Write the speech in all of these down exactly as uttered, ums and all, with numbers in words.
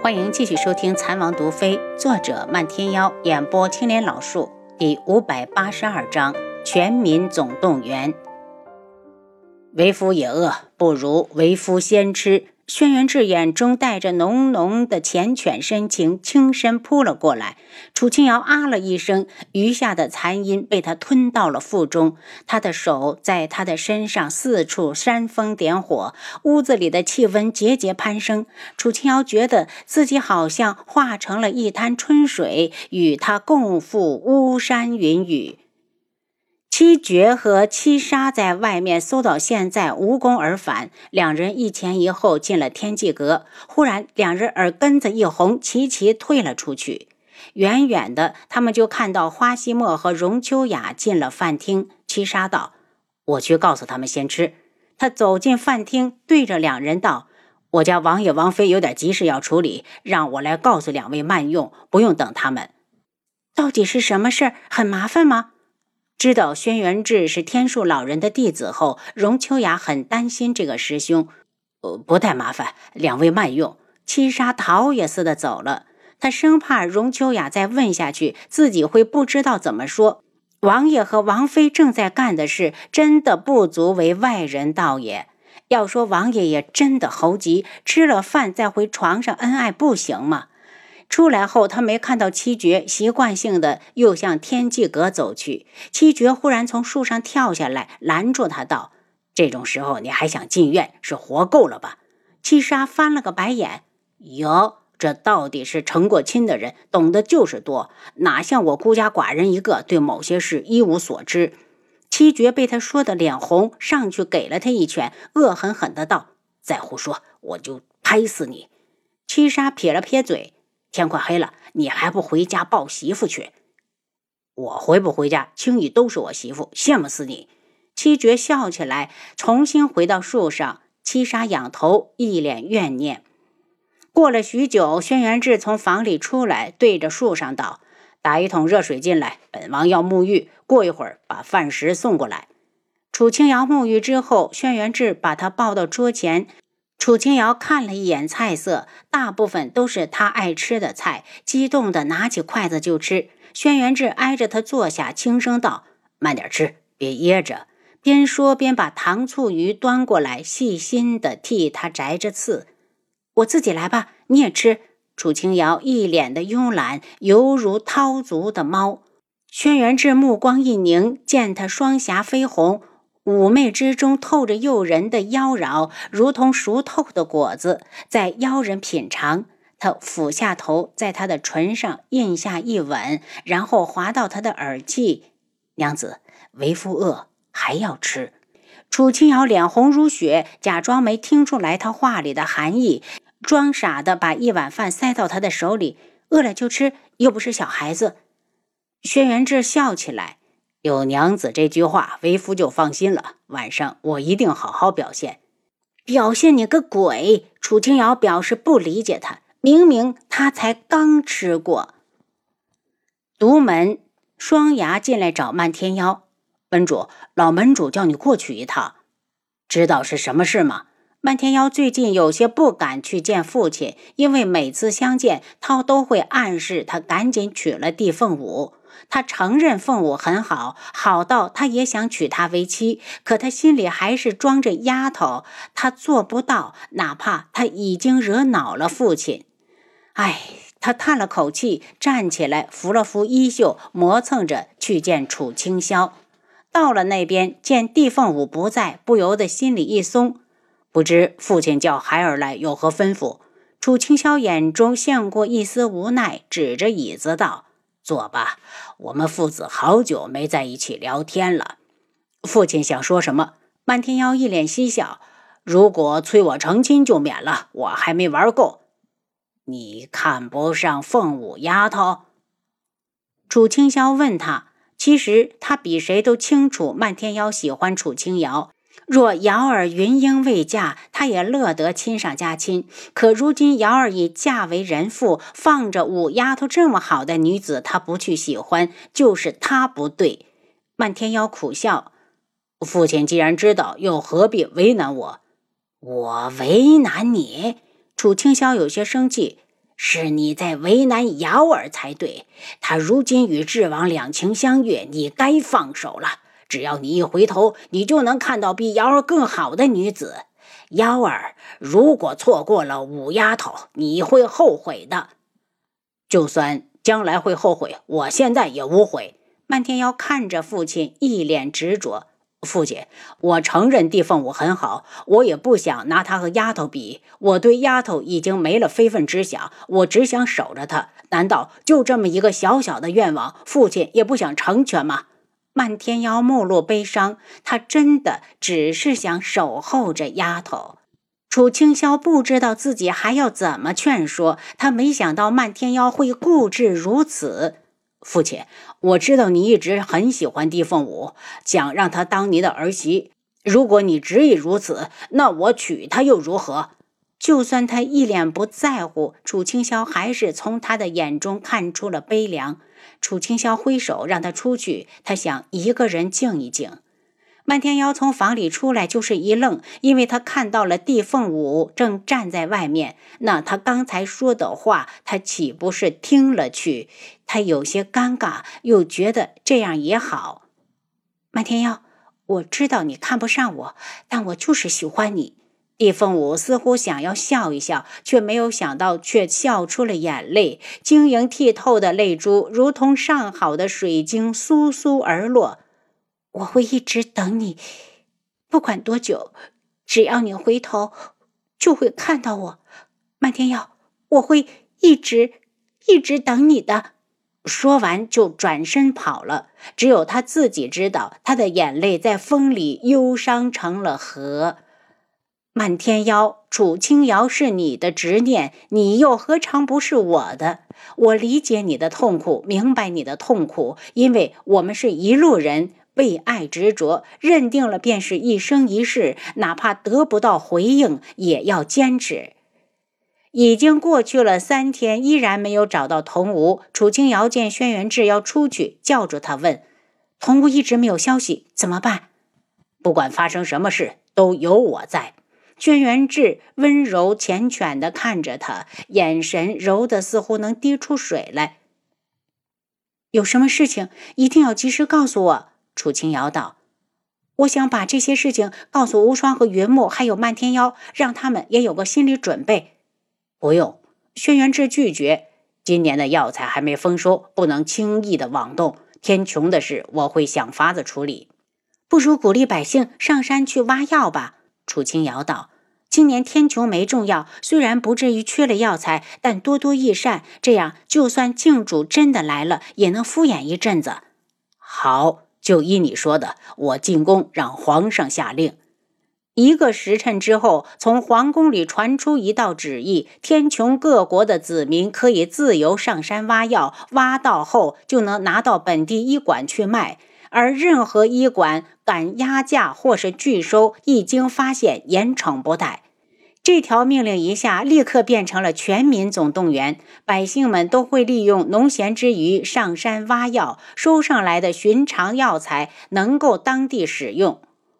欢迎继续收听《残王毒妃》，作者漫天妖，演播青莲老树，第五百八十二章全民总动员。为夫也饿，不如为夫先吃。轩辕志眼中带着浓浓的缱绻深情，轻身扑了过来。楚清瑶啊了一声，余下的残音被他吞到了腹中。他的手在他的身上四处煽风点火，屋子里的气温节节攀升。楚清瑶觉得自己好像化成了一滩春水，与他共赴巫山云雨。七绝和七杀在外面搜到现在无功而返，两人一前一后进了天际阁。忽然两人耳根子一红，齐齐退了出去。远远的他们就看到花希墨和荣秋雅进了饭厅。七杀道：我去告诉他们先吃。他走进饭厅，对着两人道：我家王爷王妃有点急事要处理，让我来告诉两位慢用，不用等他们。到底是什么事？很麻烦吗？知道轩辕志是天树老人的弟子后，荣秋雅很担心这个师兄。呃，不太麻烦，两位慢用。七杀逃也似的走了，他生怕荣秋雅再问下去，自己会不知道怎么说。王爷和王妃正在干的事，真的不足为外人道也。要说王爷也真的猴急，吃了饭再回床上恩爱不行吗？出来后他没看到七绝，习惯性的又向天际阁走去。七绝忽然从树上跳下来，拦住他道：这种时候你还想进院，是活够了吧？七杀翻了个白眼：哟，这到底是成过亲的人，懂得就是多，哪像我孤家寡人一个，对某些事一无所知。七绝被他说得脸红，上去给了他一拳，恶狠狠的道：再胡说我就拍死你。七杀撇了撇嘴：天快黑了，你还不回家抱媳妇去？我回不回家轻易都是我媳妇，羡慕死你。七绝笑起来，重新回到树上。七杀仰头，一脸怨念。过了许久，轩辕志从房里出来，对着树上道：打一桶热水进来，本王要沐浴，过一会儿把饭食送过来。楚清瑶沐浴之后，轩辕志把他抱到桌前。楚清瑶看了一眼菜色，大部分都是他爱吃的菜，激动地拿起筷子就吃。轩辕志挨着他坐下，轻声道：慢点吃，别噎着。边说边把糖醋鱼端过来，细心地替他摘着刺。我自己来吧，你也吃。楚清瑶一脸的慵懒，犹如掏足的猫。轩辕志目光一凝，见他双颊绯红，妩媚之中透着诱人的妖娆，如同熟透的果子，在邀人品尝。他俯下头，在他的唇上印下一吻，然后滑到他的耳际：娘子，为夫饿，还要吃。楚清瑶脸红如血，假装没听出来他话里的含义，装傻的把一碗饭塞到他的手里：饿了就吃，又不是小孩子。轩辕志笑起来：有娘子这句话，为夫就放心了，晚上我一定好好表现。表现你个鬼！楚清瑶表示不理解他，明明他才刚吃过。独门，双牙进来找漫天妖：门主，老门主叫你过去一趟。知道是什么事吗？漫天妖最近有些不敢去见父亲，因为每次相见他都会暗示他赶紧娶了帝凤舞。他承认凤舞很好，好到他也想娶她为妻，可他心里还是装着丫头，他做不到，哪怕他已经惹恼了父亲。唉，他叹了口气，站起来扶了扶衣袖，磨蹭着去见楚清霄。到了那边，见帝凤舞不在，不由得心里一松。不知父亲叫孩儿来有何吩咐？楚清霄眼中现过一丝无奈，指着椅子道：坐吧，我们父子好久没在一起聊天了。父亲想说什么？漫天妖一脸嬉笑：如果催我成亲就免了，我还没玩够。你看不上凤舞丫头？楚清霄问他。其实他比谁都清楚漫天妖喜欢楚清瑶，若瑶儿云英未嫁，他也乐得亲上加亲。可如今瑶儿已嫁为人妇，放着五丫头这么好的女子，他不去喜欢，就是他不对。漫天妖苦笑：父亲既然知道，又何必为难我？我为难你？楚清霄有些生气： 是你在为难瑶儿才对，他如今与智王两情相悦，你该放手了。只要你一回头，你就能看到比瑶儿更好的女子。瑶儿，如果错过了五丫头，你会后悔的。就算将来会后悔，我现在也无悔。漫天妖看着父亲，一脸执着。父亲，我承认地凤舞很好，我也不想拿她和丫头比。我对丫头已经没了非分之想，我只想守着她。难道就这么一个小小的愿望，父亲也不想成全吗？漫天妖目露悲伤，他真的只是想守候着丫头。楚清霄不知道自己还要怎么劝说，他没想到漫天妖会固执如此。父亲，我知道你一直很喜欢地凤舞，想让她当你的儿媳。如果你执意如此，那我娶她又如何？就算他一脸不在乎，楚清霄还是从他的眼中看出了悲凉。楚清霄挥手让他出去，他想一个人静一静。漫天妖从房里出来就是一愣，因为他看到了地凤舞正站在外面。那他刚才说的话，他岂不是听了去？他有些尴尬，又觉得这样也好。漫天妖，我知道你看不上我，但我就是喜欢你。地凤舞似乎想要笑一笑，却没有想到，却笑出了眼泪，晶莹剔透的泪珠如同上好的水晶簌簌而落。我会一直等你，不管多久，只要你回头，就会看到我。漫天妖，我会一直一直等你的。说完就转身跑了，只有他自己知道，他的眼泪在风里忧伤成了河。漫天妖，楚清瑶是你的执念，你又何尝不是我的？我理解你的痛苦，明白你的痛苦，因为我们是一路人，为爱执着，认定了便是一生一世，哪怕得不到回应，也要坚持。已经过去了三天，依然没有找到童无。楚清瑶见轩辕志要出去，叫住他问：童无一直没有消息，怎么办？不管发生什么事，都有我在。轩辕志温柔缱绻地看着他，眼神柔得似乎能滴出水来。有什么事情一定要及时告诉我。楚清瑶道：我想把这些事情告诉无双和云木还有漫天妖，让他们也有个心理准备。不用，轩辕志拒绝。今年的药材还没丰收，不能轻易的妄动。天穹的事我会想法子处理。不如鼓励百姓上山去挖药吧。楚清瑶道：今年天穹没种药，虽然不至于缺了药材，但多多益善，这样就算靖主真的来了，也能敷衍一阵子。好，就依你说的，我进宫让皇上下令。一个时辰之后，从皇宫里传出一道旨意，天穹各国的子民可以自由上山挖药，挖到后就能拿到本地医馆去卖，而任何医馆敢压价或是拒收，一经发现严惩不贷。这条命令一下，立刻变成了全民总动员，百姓们都会利用农闲之余上山挖药，收上来的寻常药材能够当地使用。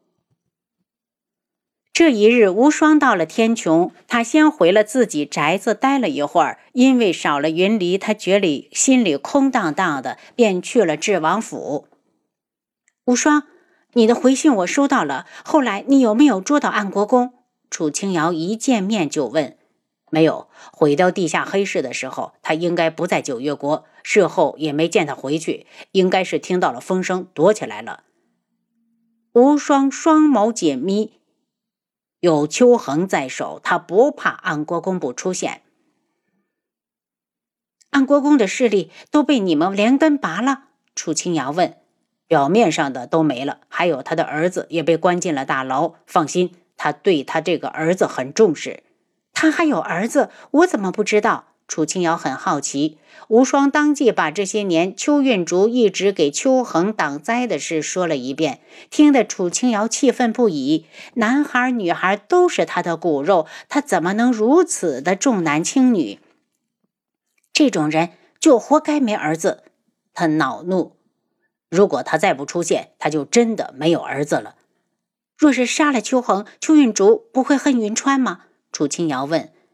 这一日，无双到了天穹，他先回了自己宅子待了一会儿，因为少了云离，他觉里心里空荡荡的，便去了智王府。无双，你的回信我收到了，后来你有没有捉到安国公？楚清瑶一见面就问。没有，毁掉地下黑市的时候，他应该不在九月国，事后也没见他回去，应该是听到了风声躲起来了。无双双眸紧眯，有秋恒在手，他不怕安国公不出现。安国公的势力都被你们连根拔了？楚清瑶问。表面上的都没了，还有他的儿子也被关进了大牢。放心，他对他这个儿子很重视。他还有儿子，我怎么不知道？楚清瑶很好奇。无双当即把这些年邱运竹一直给秋恒挡灾的事说了一遍，听得楚清瑶气愤不已。男孩女孩都是他的骨肉，他怎么能如此的重男轻女？这种人就活该没儿子。他恼怒，如果他再不出现，他就真的没有儿子了。若是杀了秋恒，邱运竹不会恨云川吗？楚清瑶问。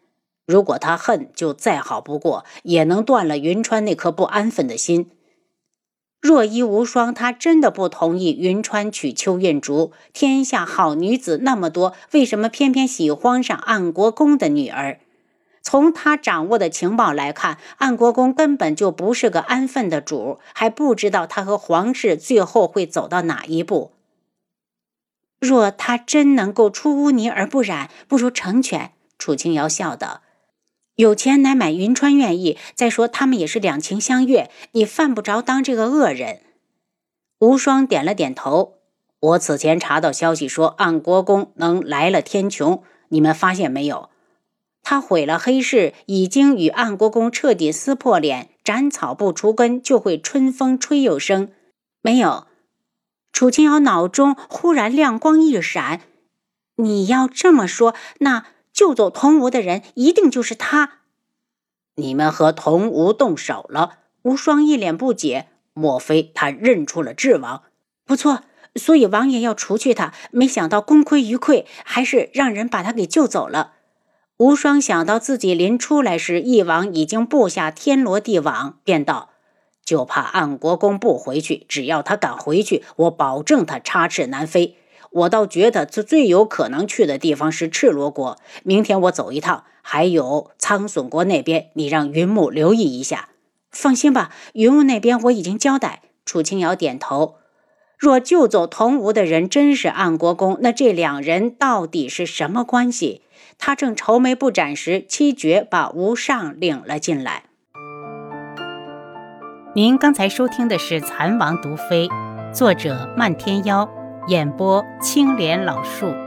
如果他恨，就再好不过，也能断了云川那颗不安分的心。若依无双，他真的不同意云川娶邱运竹。天下好女子那么多，为什么偏偏喜欢上安国公的女儿？从他掌握的情报来看，安国公根本就不是个安分的主，还不知道他和皇室最后会走到哪一步。若他真能够出污泥而不染，不如成全。楚清瑶笑道，有钱难买云川愿意，再说他们也是两情相悦，你犯不着当这个恶人。无双点了点头，我此前查到消息说安国公能来了天穹，你们发现没有？他毁了黑市，已经与安国公彻底撕破脸，斩草不除根，就会春风吹又生。没有。楚清瑶脑中忽然亮光一闪，你要这么说，那救走童无的人一定就是他。你们和童无动手了？无双一脸不解，莫非他认出了智王？不错，所以王爷要除去他，没想到功亏一篑，还是让人把他给救走了。无双想到自己临出来时，翼王已经布下天罗地网，便道，就怕安国公不回去，只要他敢回去，我保证他插翅难飞。我倒觉得这最有可能去的地方是赤罗国，明天我走一趟，还有苍隼国那边，你让云木留意一下。放心吧，云木那边我已经交代。楚清瑶点头。若救走童无的人真是安国公，那这两人到底是什么关系？他正愁眉不展时，七绝把无上领了进来。您刚才收听的是《蚕王毒妃》，作者漫天妖，演播青莲老树。